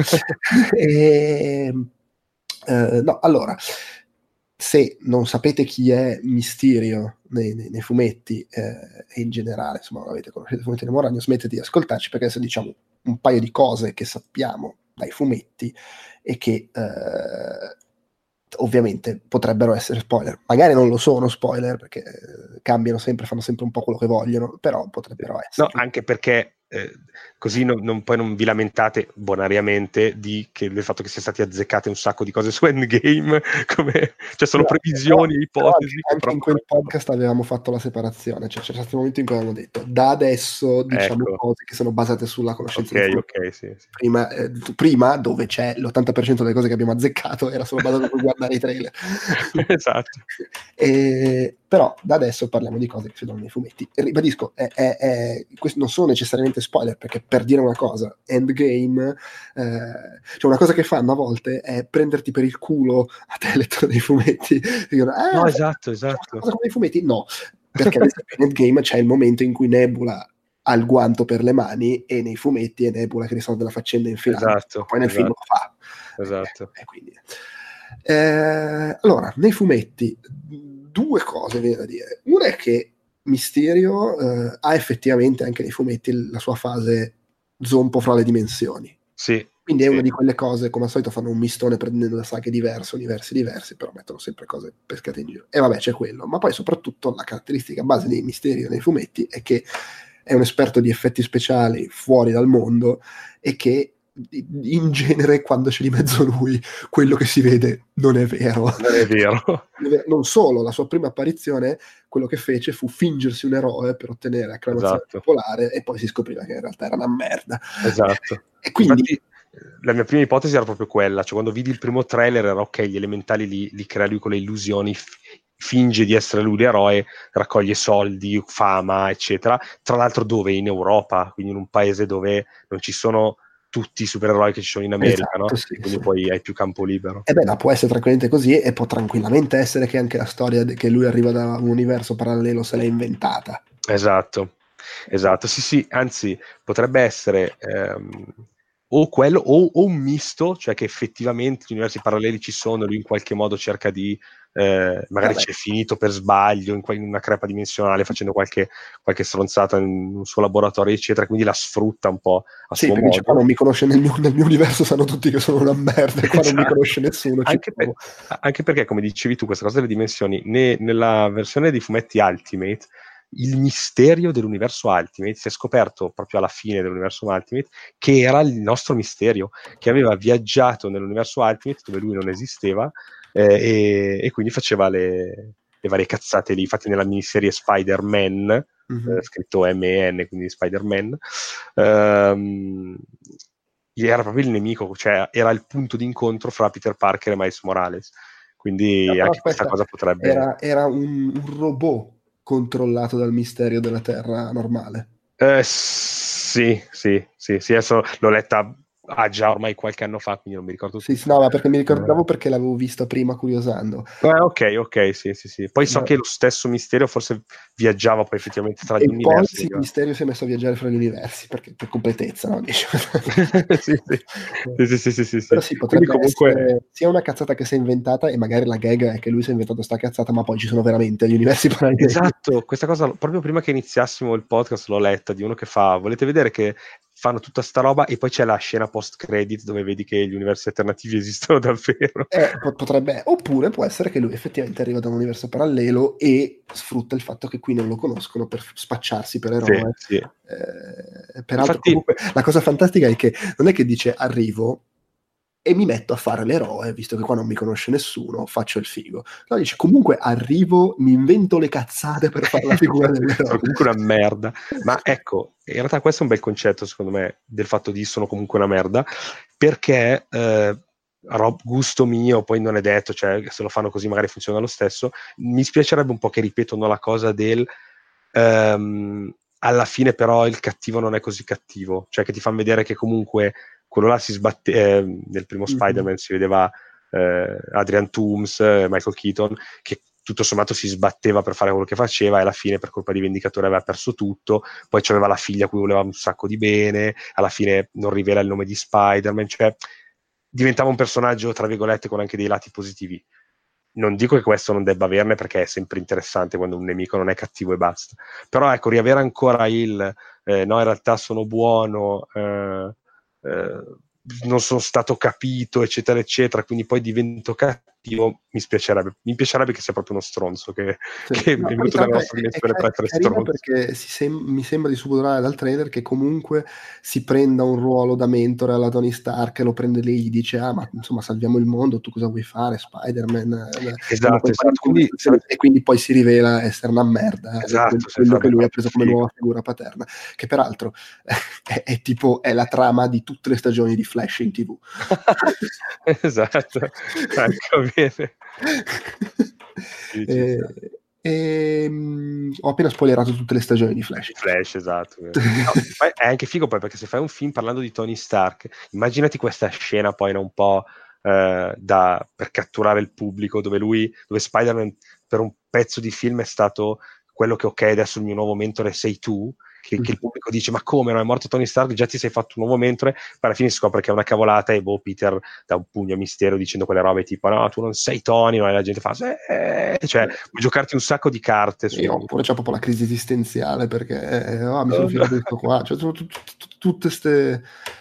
e, eh, no, allora se non sapete chi è Mysterio nei, nei, nei fumetti eh, e in generale, insomma, avete conosciuto i fumetti di Moragno, smettete di ascoltarci perché adesso diciamo un paio di cose che sappiamo dai fumetti e che eh, ovviamente potrebbero essere spoiler. Magari non lo sono spoiler perché eh, cambiano sempre, fanno sempre un po' quello che vogliono, però potrebbero essere. No, anche perché eh, così non, non- poi non vi lamentate bonariamente di che, del fatto che sia stati azzeccate un sacco di cose su Endgame, come, cioè sono No, previsioni, però- ipotesi. però anche, anche in quel podcast avevamo fatto la separazione, cioè c'è stato un momento in cui avevamo detto da adesso diciamo Ecco. cose che sono basate sulla conoscenza Ok, del ok, sì, sì. prima, eh, prima dove c'è l'ottanta per cento delle cose che abbiamo azzeccato era solo basato per guardare i trailer. Esatto. E, però da adesso parliamo di cose che si vedono nei fumetti. E ribadisco, è, è, è, questi non sono necessariamente spoiler, perché per dire una cosa, Endgame, eh, cioè una cosa che fanno a volte è prenderti per il culo a te lettore dei fumetti. Dicono, ah, No, esatto, c'è una esatto. cosa come i fumetti? No, perché ad esempio in Endgame c'è il momento in cui Nebula ha il guanto per le mani e nei fumetti è Nebula che risolve la faccenda infilando. Esatto, Poi nel esatto. film lo fa. Esatto. Eh, e quindi... Eh, allora, nei fumetti, due cose viene da dire. Una è che Mysterio eh, ha effettivamente anche nei fumetti la sua fase zompo fra le dimensioni. Sì. Quindi è sì. una di quelle cose, come al solito fanno un mistone prendendo da saghe diverse, universi diversi, però mettono sempre cose pescate in giro. E vabbè, c'è quello. Ma poi soprattutto la caratteristica base dei Mysterio nei fumetti è che è un esperto di effetti speciali fuori dal mondo e che in genere quando c'è di mezzo lui quello che si vede non è vero. Non è vero. Non solo, la sua prima apparizione quello che fece fu fingersi un eroe per ottenere acclamazione Esatto. popolare e poi si scopriva che in realtà era una merda. Esatto. E quindi Infatti, la mia prima ipotesi era proprio quella, cioè quando vidi il primo trailer era ok, gli elementali li, li crea lui con le illusioni, f- finge di essere lui l'eroe, raccoglie soldi, fama, eccetera. Tra l'altro dove? In Europa, quindi in un paese dove non ci sono tutti i supereroi che ci sono in America, Esatto, no? sì, Quindi sì. poi hai più campo libero. E beh, ma può essere tranquillamente così, e può tranquillamente essere che anche la storia de- che lui arriva da un universo parallelo se l'è inventata. Esatto, esatto, sì sì, anzi potrebbe essere ehm, o quello o, o un misto, cioè che effettivamente gli universi paralleli ci sono, lui in qualche modo cerca di, eh, magari Vabbè. c'è finito per sbaglio in, que- in una crepa dimensionale facendo qualche, qualche stronzata in un suo laboratorio eccetera, quindi la sfrutta un po' a Sì, suo perché dice, qua modo. non mi conosce nel mio, nel mio universo, sanno tutti che sono una merda, e qua non mi Esatto. conosce nessuno, ci Anche, per- provo. anche perché, come dicevi tu, questa cosa delle dimensioni, ne- nella versione dei fumetti Ultimate, il misterio dell'universo Ultimate si è scoperto proprio alla fine dell'universo Ultimate, che era il nostro misterio, che aveva viaggiato nell'universo Ultimate dove lui non esisteva, eh, e, e quindi faceva le, le varie cazzate lì. Infatti nella miniserie Spider-Man, Mhm. eh, scritto M E N, quindi Spider-Man, ehm, era proprio il nemico, cioè era il punto di incontro fra Peter Parker e Miles Morales. No, Quindi però anche questa aspetta, cosa potrebbe... era, era un, un robot controllato dal misterio della Terra normale. Eh, sì, sì, sì, sì, adesso l'ho letta ah, già ormai qualche anno fa, quindi non mi ricordo Sì, sì, tutto. no, ma perché mi ricordavo, Eh, perché l'avevo visto prima curiosando. eh, ok, ok, sì, sì, sì. Poi so Ma- che lo stesso misterio forse viaggiava poi effettivamente tra gli E poi universi. sì, il misterio si è messo a viaggiare fra gli universi, perché per completezza, no? Dice. Sì, sì, sì, sì, sì, sì, sì. Però sì, Quindi potrebbe comunque... essere sia una cazzata che si è inventata, e magari la gag è che lui si è inventato sta cazzata, ma poi ci sono veramente gli universi paralleli. Esatto, questa cosa proprio prima che iniziassimo il podcast l'ho letta di uno che fa, volete vedere che fanno tutta sta roba e poi c'è la scena post credit dove vedi che gli universi alternativi esistono davvero. Eh, po- potrebbe, oppure può essere che lui effettivamente arriva da un universo parallelo e sfrutta il fatto che qui non lo conoscono per spacciarsi per Sì, eroe. sì. Eh, peraltro, Infatti, comunque, la cosa fantastica è che non è che dice arrivo e mi metto a fare l'eroe, visto che qua non mi conosce nessuno, faccio il figo. No, dice comunque arrivo, mi invento le cazzate per fare la figura sono dell'eroe. comunque una merda. Ma ecco, in realtà questo è un bel concetto, secondo me, del fatto di sono comunque una merda, perché eh, rob- gusto mio, poi non è detto, cioè se lo fanno così magari funziona lo stesso. Mi spiacerebbe un po' che ripetono la cosa del ehm, alla fine però il cattivo non è così cattivo, cioè che ti fanno vedere che comunque quello là si sbatte, eh, nel primo Mhm. Spider-Man si vedeva eh, Adrian Toomes, eh, Michael Keaton, che tutto sommato si sbatteva per fare quello che faceva e alla fine per colpa di Vendicatore aveva perso tutto, poi c'aveva la figlia a cui voleva un sacco di bene, alla fine non rivela il nome di Spider-Man, cioè diventava un personaggio tra virgolette con anche dei lati positivi. Non dico che questo non debba averne, perché è sempre interessante quando un nemico non è cattivo e basta, però ecco, riavere ancora il eh, no, in realtà sono buono, eh, eh, non sono stato capito, eccetera, eccetera, quindi poi divento cattivo, mi spiacerebbe. Mi piacerebbe che sia proprio uno stronzo, che, Sì. che è No, poi venuto tra nella l'altro nostra è, è dimensione ca- per è essere carina, stronzo. perché si sem- mi sembra di subodorare dal trailer che comunque si prenda un ruolo da mentore alla Tony Stark, e lo prende lì e gli dice ah ma insomma salviamo il mondo, tu cosa vuoi fare, Spider-Man? Eh, fanno Esatto, quel paio esatto, di quindi conversazioni, e quindi poi si rivela essere una merda, eh, quel- esatto, se ne quello che farebbe lui ha proprio preso come figo. nuova figura paterna, che peraltro è, è tipo è la trama di tutte le stagioni di Flash in tivù. Esatto, ecco, bene. Sì, ci sta. Eh, ehm, ho appena spoilerato tutte le stagioni di Flash. Di Flash, esatto. No, poi è anche figo poi perché se fai un film parlando di Tony Stark, immaginati questa scena poi no, un po' eh, da, per catturare il pubblico, dove lui, dove Spider-Man per un pezzo di film è stato quello che ok, adesso il mio nuovo mentore sei tu, che, che il pubblico dice ma come, no, è morto Tony Stark, già ti sei fatto un nuovo mentore, poi alla fine si scopre che è una cavolata e boh, Peter dà un pugno a mistero dicendo quelle robe tipo no, tu non sei Tony, no? E la gente fa eh, cioè puoi giocarti un sacco di carte Sì, su... oppure c'è proprio la crisi esistenziale perché eh, ah, mi sono Oh, no. fidato di questo qua. Cioè, sono tut- tut- tut- tutte ste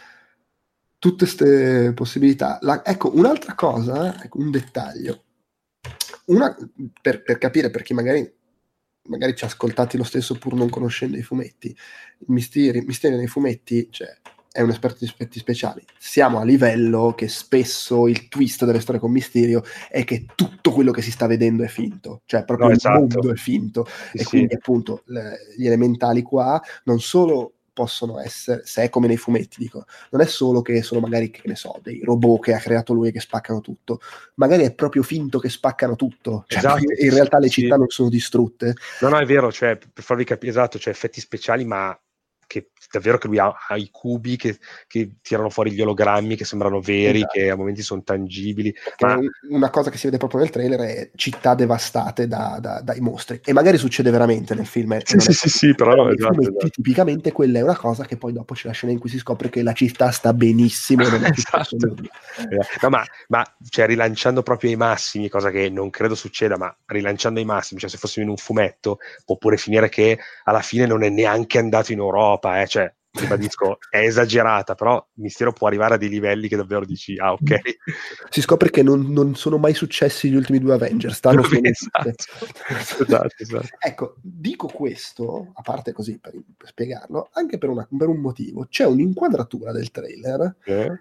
tutte ste possibilità. La- ecco, un'altra cosa, ecco, un dettaglio. Una, per, per capire, per chi magari, magari ci ha ascoltati lo stesso pur non conoscendo i fumetti, il mistero, il mistero nei fumetti, cioè, è un esperto di effetti speciali. Siamo a livello che spesso il twist delle storie con Mysterio è che tutto quello che si sta vedendo è finto, cioè proprio No, il esatto. mondo è finto, Sì, e sì. quindi appunto le- gli elementali qua non solo possono essere, se è come nei fumetti dico, non è solo che sono magari, che ne so, dei robot che ha creato lui e che spaccano tutto, magari è proprio finto che spaccano tutto, cioè Esatto, in sì, realtà le sì. città non sono distrutte. No, no, è vero, cioè, per farvi capire, esatto, cioè effetti speciali, ma che davvero che lui ha, ha i cubi che, che tirano fuori gli ologrammi che sembrano veri, Esatto. che a momenti sono tangibili. Perché Ma un- una cosa che si vede proprio nel trailer è città devastate da- da- dai mostri, e magari succede veramente nel film, eh, sì, non è sì, sì, sì, però però nei esatto, fumetti esatto. tipicamente quella è una cosa che poi dopo c'è la scena in cui si scopre che la città sta benissimo e non è successo Esatto. nulla. No, ma, ma cioè, rilanciando proprio ai massimi, cosa che non credo succeda, ma rilanciando ai massimi, cioè se fossimo in un fumetto, può pure finire che alla fine non è neanche andato in Europa, eh, cioè, ribadisco, è esagerata, però Mistero può arrivare a dei livelli che davvero dici, ah, ok. Si scopre che non, non sono mai successi gli ultimi due Avengers, stanno solo nel- Esatto. Esatto, esatto. Ecco, dico questo, a parte così per, per spiegarlo, anche per, una- per un motivo. C'è un'inquadratura del trailer Eh?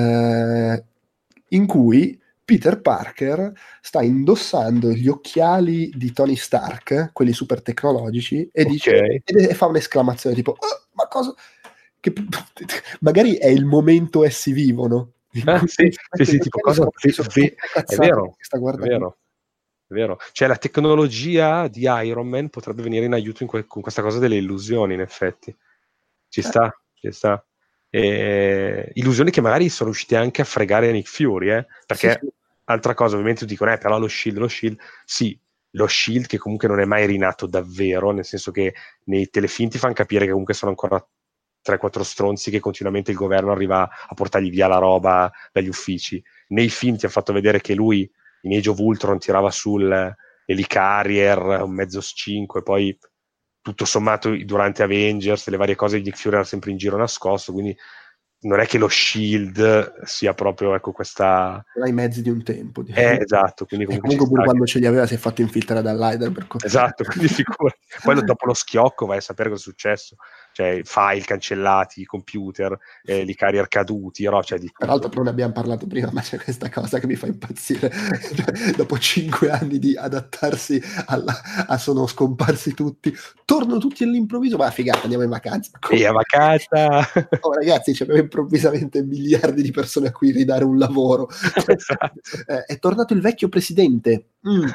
eh, in cui Peter Parker sta indossando gli occhiali di Tony Stark, quelli super tecnologici, e Ok. dice e fa un'esclamazione tipo "Oh, ma cosa?" Che magari è il momento essi vivono. In Ah, cui sì, sì, mette sì, gli tipo occhiali cosa sopra, ve- sono ve- tutte è cazzate vero, che sta è guardando. vero, è vero. Cioè la tecnologia di Iron Man potrebbe venire in aiuto in que- con questa cosa delle illusioni, in effetti. Ci Eh. sta, ci sta. E... illusioni che magari sono riuscite anche a fregare Nick Fury, eh? Perché Sì, sì. altra cosa, ovviamente dicono, eh, però lo Shield, lo Shield, sì, lo Shield che comunque non è mai rinato davvero, nel senso che nei telefilm ti fanno capire che comunque sono ancora tre quattro stronzi che continuamente il governo arriva a portargli via la roba dagli uffici. Nei film ti ha fatto vedere che lui in Age of Ultron tirava sul Helicarrier, un mezzo cinque, poi tutto sommato durante Avengers le varie cose Nick Fury era sempre in giro nascosto, quindi non è che lo Shield sia proprio, ecco, questa... Ai mezzi di un tempo, Eh, diciamo. esatto, quindi E comunque ci comunque pure sta quando che... ce li aveva si è fatto infiltrare dall'Hydra per co- Esatto, quindi sicuro. Poi lo- dopo lo schiocco vai a sapere cosa è successo. Cioè, file cancellati, computer, eh, i carrier caduti, no? Cioè di Peraltro tutto. non ne abbiamo parlato prima, ma c'è questa cosa che mi fa impazzire. Dopo cinque anni di adattarsi alla, a sono scomparsi tutti, tornano tutti all'improvviso, ma figata, andiamo in vacanza. E a vacanza! Oh, ragazzi, abbiamo improvvisamente miliardi di persone a cui ridare un lavoro. Esatto. Eh, è tornato il vecchio presidente. Mm.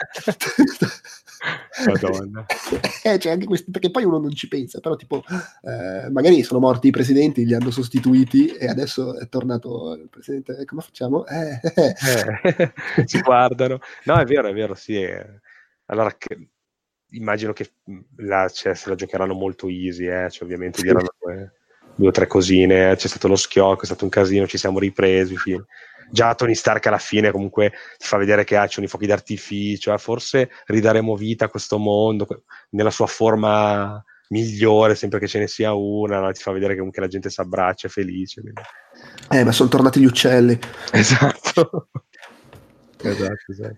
Madonna. Eh, c'è anche questo, perché poi uno non ci pensa, però tipo eh, magari sono morti i presidenti, li hanno sostituiti e adesso è tornato il presidente. Come facciamo? Eh, eh. Eh, si guardano. No, è vero, è vero, sì. È... Allora, che... immagino che la, cioè, se la giocheranno molto easy, eh. Cioè, ovviamente Sì. diranno due, due o tre cosine, c'è stato lo schiocco, è stato un casino, ci siamo ripresi, fine. Già Tony Stark alla fine comunque ti fa vedere che ah, c'è i fuochi d'artificio, eh, forse ridaremo vita a questo mondo nella sua forma migliore, sempre che ce ne sia una, no? Ti fa vedere che comunque la gente si abbraccia, è felice. Quindi... Eh, ma sono tornati gli uccelli. Esatto. Esatto, esatto.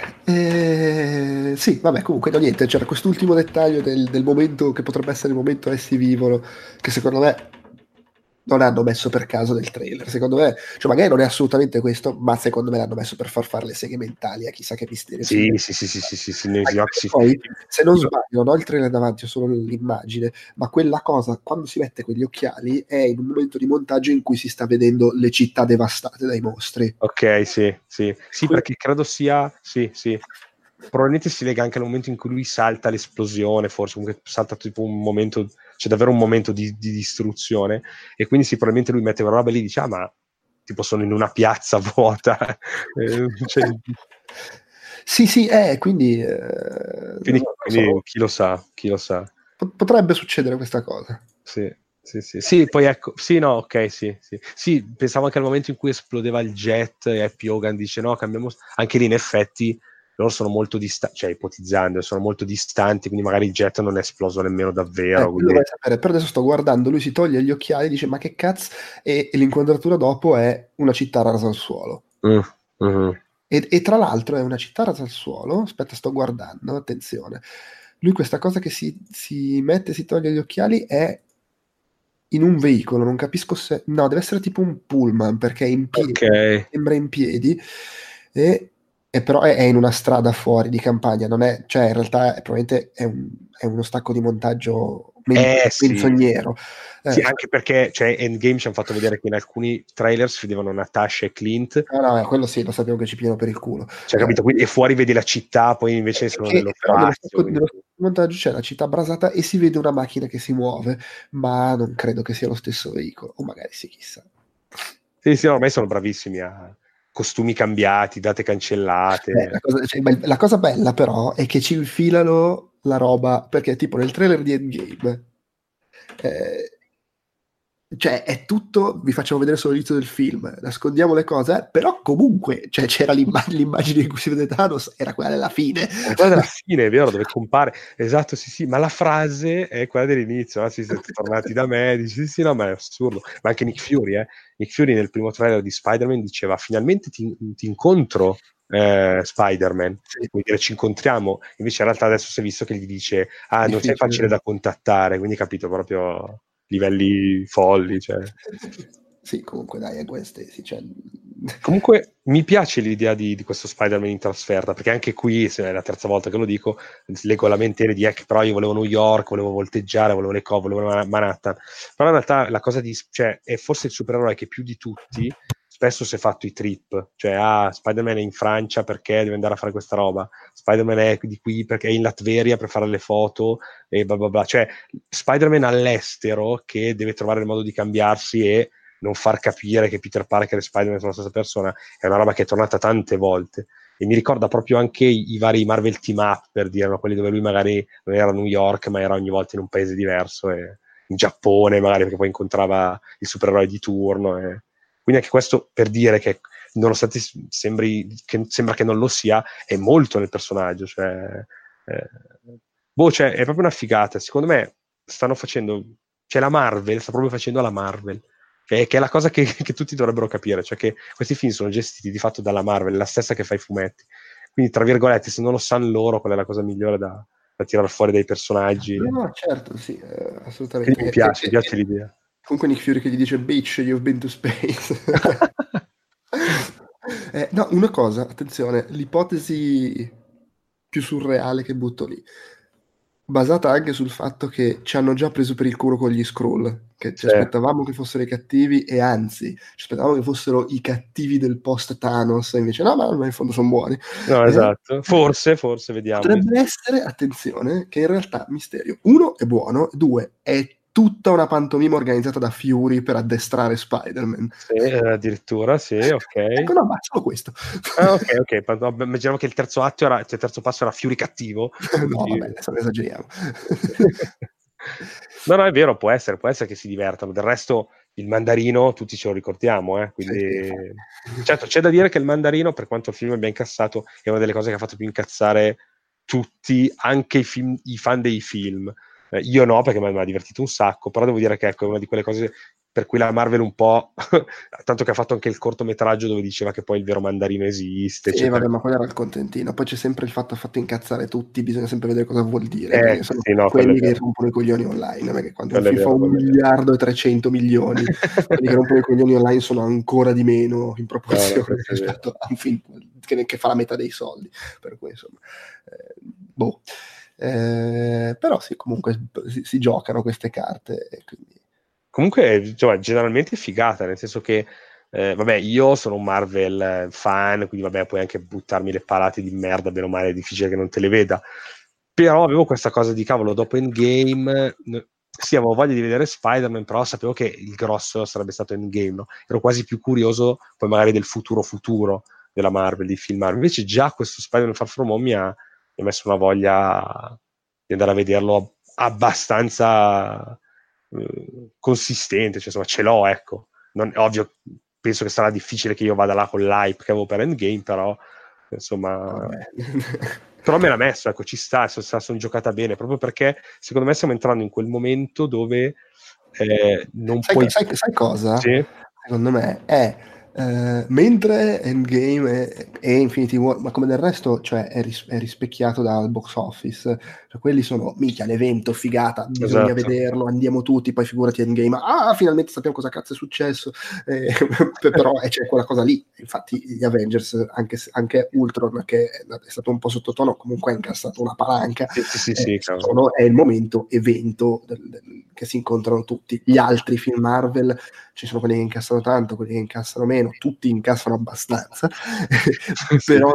Eh, sì, vabbè, comunque no, niente, c'era quest'ultimo dettaglio del, del momento che potrebbe essere il momento essi vivono, che secondo me non hanno messo per caso nel trailer. Secondo me, cioè magari non è assolutamente questo, ma secondo me l'hanno messo per far fare le seghe mentali a chissà che mistero. Sì, sì, sì, sì, sì, sì, sì, nei Anche Noxi. poi, se non sbaglio, non ho il trailer davanti, ho solo l'immagine, ma quella cosa, quando si mette quegli occhiali, è in un momento di montaggio in cui si sta vedendo le città devastate dai mostri. Ok, sì, sì. Sì, Que- perché credo sia... Sì, sì. Probabilmente si lega anche al momento in cui lui salta l'esplosione, forse comunque salta tipo un momento, c'è davvero un momento di, di distruzione, e quindi sì, probabilmente lui mette quella roba lì e dice, ah, ma tipo sono in una piazza vuota. eh, cioè, Sì, sì, eh, quindi, eh, quindi, non quindi so, chi lo sa, chi lo sa. pot- potrebbe succedere questa cosa. Sì, sì, sì. Sì, poi ecco, sì, no, ok, sì, sì. Sì, pensavo anche al momento in cui esplodeva il jet e Happy Hogan dice no, cambiamo... Anche lì in effetti loro sono molto distanti, cioè ipotizzando, sono molto distanti, quindi magari il jet non è esploso nemmeno davvero. Eh, quello Quindi... vai a sapere, però adesso sto guardando, lui si toglie gli occhiali e dice ma che cazzo, e, e l'inquadratura dopo è una città rasa al suolo. Mm, mhm. E, e tra l'altro è una città rasa al suolo, aspetta sto guardando, attenzione, lui questa cosa che si, si mette, si toglie gli occhiali è in un veicolo, non capisco se... No, deve essere tipo un pullman, perché è in piedi, Ok, sembra in piedi, e, e però è, è in una strada fuori di campagna, non è... Cioè, in realtà è, probabilmente è, un- è uno stacco di montaggio men- Eh, sì. menzognero. Eh, Sì, anche perché cioè, Endgame ci hanno fatto vedere che in alcuni trailer si vedevano Natasha e Clint, ah, no, eh, quello sì, lo sapevo che ci pieno per il culo. cioè, Eh, capito? Quindi, e fuori vedi la città, poi invece sono che, però nello nell'operazio. stesso, Quindi... nello stesso montaggio c'è la città brasata e si vede una macchina che si muove, ma non credo che sia lo stesso veicolo, o magari sì, chissà. Sì, sì, no, ormai sono bravissimi a costumi cambiati, date Eh, cancellate. la, cosa, cioè, ma la cosa bella però è che ci infilano la roba, perché tipo nel trailer di Endgame, eh, cioè è tutto, vi facciamo vedere solo l'inizio del film, nascondiamo le cose, eh, però comunque cioè, c'era l'immagine, l'immagine in cui si vede Thanos, era quella della fine. È quella della fine, è vero, dove compare. Esatto, sì, sì, ma la frase è quella dell'inizio, no? Sì, siete tornati da me, dici, sì, sì, no, ma è assurdo. Ma anche Nick Fury, eh. Nick Fury nel primo trailer di Spider-Man diceva, finalmente ti, ti incontro, eh, Spider-Man. Sì, Vuol dire ci incontriamo. Invece in realtà adesso si è visto che gli dice, ah, non sei difficile. facile da contattare, quindi capito proprio livelli folli, cioè. Sì, comunque dai, è Gwen Stacy, cioè... Comunque mi piace l'idea di, di questo Spider-Man in trasferta, perché anche qui, se è la terza volta che lo dico, leggo lamentele di Hack, però io volevo New York, volevo volteggiare, volevo le cose, volevo Manhattan. Però in realtà la cosa di, cioè, è forse il supereroe che più di tutti spesso si è fatto i trip, cioè ah, Spider-Man è in Francia perché deve andare a fare questa roba, Spider-Man è di qui perché è in Latveria per fare le foto e bla bla bla, cioè Spider-Man all'estero che deve trovare il modo di cambiarsi e non far capire che Peter Parker e Spider-Man sono la stessa persona, è una roba che è tornata tante volte e mi ricorda proprio anche i, i vari Marvel team up, per dire, no? Quelli dove lui magari non era a New York ma era ogni volta in un paese diverso, e in Giappone magari, perché poi incontrava il supereroe di turno, e... quindi anche questo per dire che nonostante sembri che, sembra che non lo sia, è molto nel personaggio, cioè, eh, boh, cioè, è proprio una figata, secondo me stanno facendo, cioè la Marvel sta proprio facendo la Marvel, che, che è la cosa che, che tutti dovrebbero capire, cioè che questi film sono gestiti di fatto dalla Marvel, la stessa che fa i fumetti, quindi tra virgolette se non lo sanno loro qual è la cosa migliore da, da tirare fuori dai personaggi. No, no, certo, sì, eh, assolutamente. Quindi mi E- piace, e- mi piace e- l'idea. Comunque Nick Fury che gli dice bitch, you've been to space. Eh, no, una cosa, attenzione, l'ipotesi più surreale che butto lì, basata anche sul fatto che ci hanno già preso per il culo con gli Skrull, che ci Sì. aspettavamo che fossero i cattivi e anzi, ci aspettavamo che fossero i cattivi del post Thanos, e invece no, ma in fondo sono buoni. No, Eh? esatto. Forse, forse, vediamo. Potrebbe essere, attenzione, che in realtà Mysterio, uno, è buono, due, è tutta una pantomima organizzata da Fury per addestrare Spider-Man. Sì, eh, addirittura, sì, ok. Ecco, no, ma solo questo. Ah, ok, ok. Pa- no, immaginavo che il terzo atto era, cioè, il terzo passo era Fury cattivo. No, Quindi- vabbè, adesso ne esageriamo. No, no, è vero, può essere, può essere che si divertano. Del resto, il mandarino, tutti ce lo ricordiamo, eh? Sì, Quindi... sì. Certo, c'è da dire che il mandarino, per quanto il film abbia incassato, è una delle cose che ha fatto più incazzare tutti, anche i, film, i fan dei film. Eh, io no, perché mi ha divertito un sacco, però devo dire che ecco, è una di quelle cose per cui la Marvel un po'... tanto che ha fatto anche il cortometraggio dove diceva che poi il vero mandarino esiste, Sì, eccetera. vabbè, ma quello era il contentino. Poi c'è sempre il fatto ha fatto incazzare tutti, bisogna sempre vedere cosa vuol dire, Eh, perché sono sì, no, quello quelli è che vero. rompono i coglioni online, perché quando un Quello è film fa vero, un quello è vero. miliardo e trecento milioni, quelli che rompono i coglioni online sono ancora di meno in No, proporzione no, questo è vero. rispetto a un film che, che fa la metà dei soldi. Per cui, insomma, eh, boh. Eh, però sì, comunque si, si giocano queste carte e quindi... Comunque, cioè, generalmente è figata, nel senso che, eh, vabbè, io sono un Marvel eh, fan, quindi vabbè, puoi anche buttarmi le palate di merda, bene o male, è difficile che non te le veda. Però avevo questa cosa di cavolo, dopo Endgame, n- sì, avevo voglia di vedere Spider-Man, però sapevo che il grosso sarebbe stato Endgame, no? Ero quasi più curioso, poi magari del futuro futuro della Marvel, di filmare. Invece già questo Spider-Man Far From Home mi ha, mi ha messo una voglia di andare a vederlo abbastanza eh, consistente, cioè insomma ce l'ho, ecco. Non, ovvio, penso che sarà difficile che io vada là con l'hype che avevo per Endgame, però insomma... Vabbè. Però me l'ha messo, ecco, ci sta, se la sono giocata bene, proprio perché secondo me stiamo entrando in quel momento dove eh, non Sai, puoi... sai, sai cosa? Sì? Secondo me è Eh, mentre Endgame e, e Infinity War, ma come del resto, cioè, è, ris- è rispecchiato dal box office, cioè, quelli sono, minchia, l'evento, figata, bisogna Esatto. vederlo, andiamo tutti, poi figurati Endgame, ah, finalmente sappiamo cosa cazzo è successo, eh, però eh, c'è quella cosa lì, infatti gli Avengers, anche, se- anche Ultron, che è stato un po' sottotono, comunque ha incassato una palanca, Sì, sì, sì, eh, sì, cavolo. sono- è il momento evento del- del- che si incontrano tutti, gli altri film Marvel, ci sono quelli che incassano tanto, quelli che incassano meno, tutti incassano abbastanza, Sì. però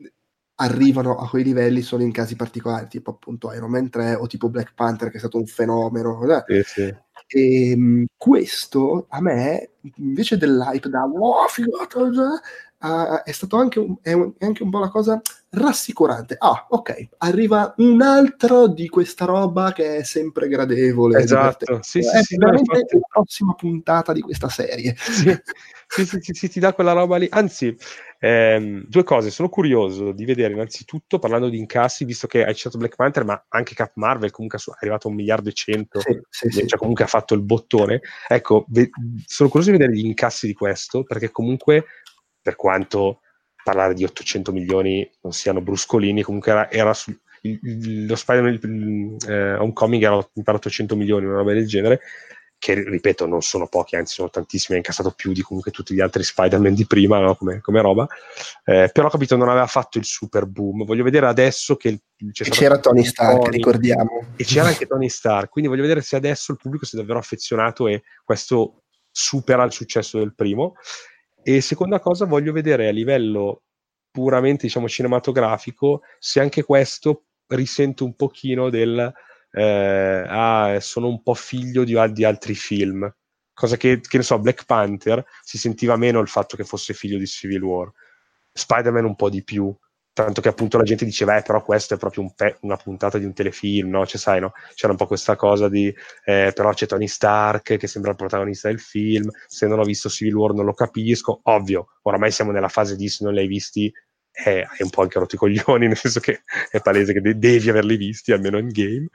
arrivano a quei livelli solo in casi particolari, tipo appunto Iron Man tre o tipo Black Panther, che è stato un fenomeno. Sì, sì. E mh, questo a me, invece dell'hype da wow, figata, uh, è stato anche un, è un- è anche un po' la cosa rassicurante. Ah, ok, arriva un altro di questa roba che è sempre gradevole, divertente. Esatto, sì, sì, È sì, no, veramente infatti. la prossima puntata di questa serie. Sì, sì, sì, sì, sì, ti dà quella roba lì. Anzi, ehm, due cose. Sono curioso di vedere, innanzitutto, parlando di incassi, visto che hai citato Black Panther, ma anche Cap Marvel comunque è arrivato a un miliardo e cento, Sì, sì, sì. cioè comunque ha fatto il bottone. Ecco, ve- sono curioso di vedere gli incassi di questo, perché comunque, per quanto parlare di ottocento milioni non siano bruscolini, comunque era, era su, il- il- lo Spider-Man il- eh, Homecoming era per ottocento milioni, una roba del genere, che ripeto non sono pochi, anzi sono tantissimi, ha incassato più di comunque tutti gli altri Spider-Man di prima, no? come, come roba, eh, però capito non aveva fatto il super boom. Voglio vedere adesso che il, c'è E stato c'era Tony Stark, Tony, ricordiamo. e c'era anche Tony Stark, quindi voglio vedere se adesso il pubblico si è davvero affezionato e questo supera il successo del primo. E seconda cosa, voglio vedere a livello puramente diciamo cinematografico se anche questo risente un pochino del eh, ah, sono un po' figlio di, di altri film, cosa che, che ne so, Black Panther si sentiva meno il fatto che fosse figlio di Civil War, Spider-Man un po' di più, tanto che appunto la gente diceva eh, però questo è proprio un pe- una puntata di un telefilm, no? Cioè, sai, no? C'era un po' questa cosa di eh, però c'è Tony Stark che sembra il protagonista del film, se non ho visto Civil War non lo capisco, ovvio, oramai siamo nella fase di se non l'hai visti eh, hai un po' anche rotto i coglioni, nel senso che è palese che de- devi averli visti, almeno in game.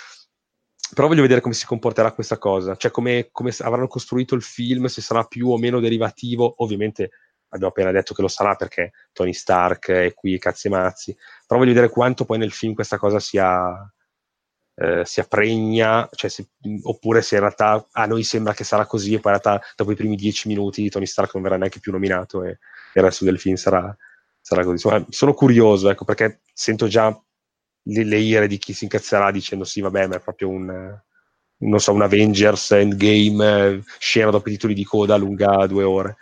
Però voglio vedere come si comporterà questa cosa, cioè come, come avranno costruito il film, se sarà più o meno derivativo. Ovviamente abbiamo appena detto che lo sarà perché Tony Stark è qui, cazzi e mazzi, però voglio vedere quanto poi nel film questa cosa sia, eh, sia pregna, cioè se, oppure se in realtà a noi sembra che sarà così e poi in realtà dopo i primi dieci minuti Tony Stark non verrà neanche più nominato e il resto del film sarà, sarà così. Insomma, sono curioso, ecco, perché sento già le, le ire di chi si incazzerà dicendo sì, vabbè, ma è proprio un, non so, un Avengers Endgame, eh, scena dopo i titoli di coda lunga due ore.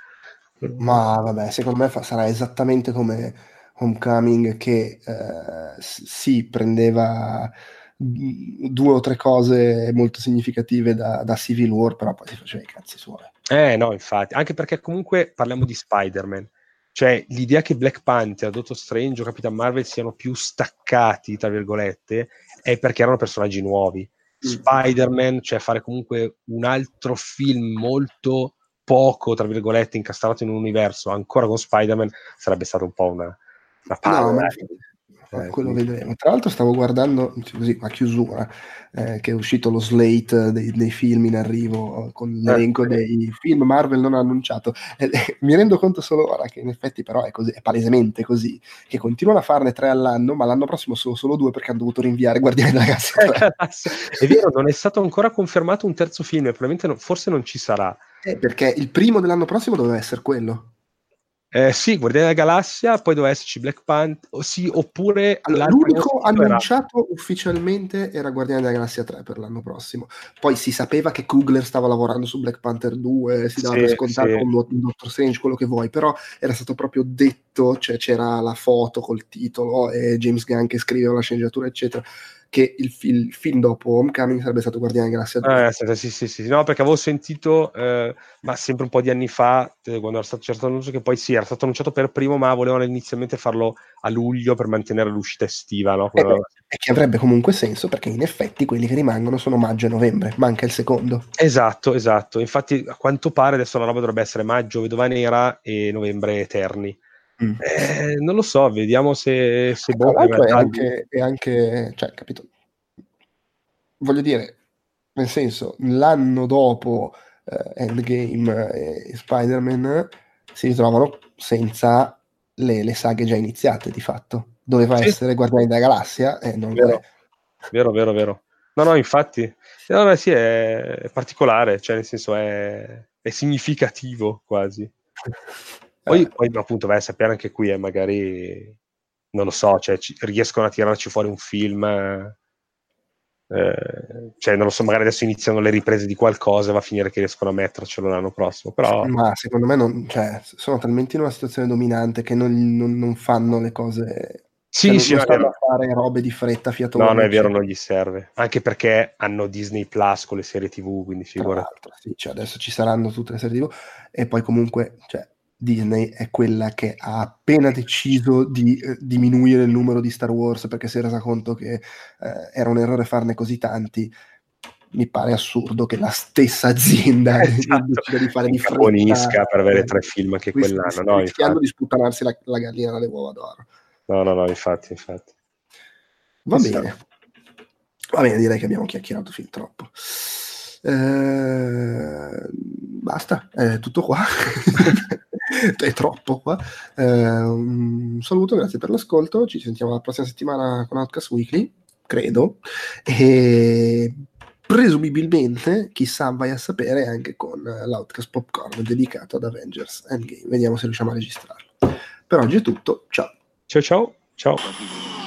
Ma vabbè, secondo me fa- sarà esattamente come Homecoming, che eh, s- sì, prendeva mm, due o tre cose molto significative da, da Civil War, però poi si faceva i cazzi suoi. Eh no, infatti, anche perché comunque parliamo di Spider-Man, cioè l'idea che Black Panther, Doctor Strange o Capitan Marvel siano più staccati, tra virgolette, è perché erano personaggi nuovi. Mm. Spider-Man, cioè fare comunque un altro film molto poco, tra virgolette, incastrato in un universo, ancora con Spider-Man, sarebbe stato un po' una, una No, ma palla. infatti, Eh, quello quindi- vedremo. Tra l'altro stavo guardando così a chiusura, eh, che è uscito lo slate dei, dei film in arrivo con eh, l'elenco dei film Marvel non annunciato. E, e mi rendo conto solo ora che in effetti però è così, è palesemente così, che continuano a farne tre all'anno, ma l'anno prossimo sono solo due perché hanno dovuto rinviare Guardiani della Galassia tre. È vero, non è stato ancora confermato un terzo film, e probabilmente no- forse non ci sarà. Eh, perché il primo dell'anno prossimo doveva essere quello. Eh, sì, Guardiani della Galassia, poi doveva esserci Black Panther, o sì, oppure Allora, l'altro che avevo l'unico sentito era... annunciato ufficialmente era Guardiani della Galassia tre per l'anno prossimo. Poi si sapeva che Coogler stava lavorando su Black Panther due, si dava per Sì, scontato sì. un Do- un Doctor Strange, quello che vuoi, però era stato proprio detto, cioè c'era la foto col titolo e James Gunn che scriveva la sceneggiatura, eccetera, che il, fi- il film dopo Homecoming sarebbe stato Guardiani della Galassia due. Eh, sì, sì, sì, sì, no, perché avevo sentito, eh, ma sempre un po' di anni fa, eh, quando era stato certo annuncio, che poi sì, era stato annunciato per primo, ma volevano inizialmente farlo a luglio per mantenere l'uscita estiva, no? E, Come- e che avrebbe comunque senso perché in effetti quelli che rimangono sono maggio e novembre, manca il secondo. Esatto, esatto. Infatti, a quanto pare adesso la roba dovrebbe essere maggio, vedova nera e novembre eterni. Mm. Eh, non lo so, vediamo se, se Tra boh, in l'altro è realtà lì- anche, è anche, cioè, capito? Voglio dire, nel senso, l'anno dopo eh, Endgame e Spider-Man, si ritrovano senza le, le saghe già iniziate, di fatto. Doveva Sì. essere Guardiani della Galassia e non lo Vero, è. vero, vero, vero. No, no, infatti, eh, vabbè, sì, è, è particolare, cioè nel senso è, è significativo quasi. Poi, Eh, poi appunto vai a sapere anche qui, eh, magari, non lo so, cioè, ci- riescono a tirarci fuori un film, eh, cioè non lo so, magari adesso iniziano le riprese di qualcosa e va a finire che riescono a mettercelo l'anno prossimo, però ma secondo me non, cioè, sono talmente in una situazione dominante che non, non- non fanno le cose, cioè sì, non, sì, non no, è stanno vero. a fare robe di fretta, No, fiatone, no, è vero, eccetera. non gli serve, anche perché hanno Disney Plus con le serie tivù, quindi Tra figurati. l'altro, sì, cioè adesso ci saranno tutte le serie tivù e poi comunque, cioè, Disney è quella che ha appena deciso di eh, diminuire il numero di Star Wars perché si è resa conto che eh, era un errore farne così tanti. Mi pare assurdo che la stessa azienda Esatto, decida di fare si di fretta, incaponisca per avere eh, tre film anche ris- quell'anno, ris- no, rischiando infatti. di sputtanarsi la, la gallina dalle uova d'oro. No, no, no, infatti, infatti. Va Chissà. bene, va bene, direi che abbiamo chiacchierato fin troppo. Eh, basta, è tutto qua. È troppo qua. Eh, un saluto, grazie per l'ascolto. Ci sentiamo la prossima settimana con Outcast Weekly, credo. E presumibilmente, chissà, vai a sapere anche con l'Outcast Popcorn dedicato ad Avengers Endgame. Vediamo se riusciamo a registrarlo. Per oggi è tutto. Ciao. Ciao ciao, ciao.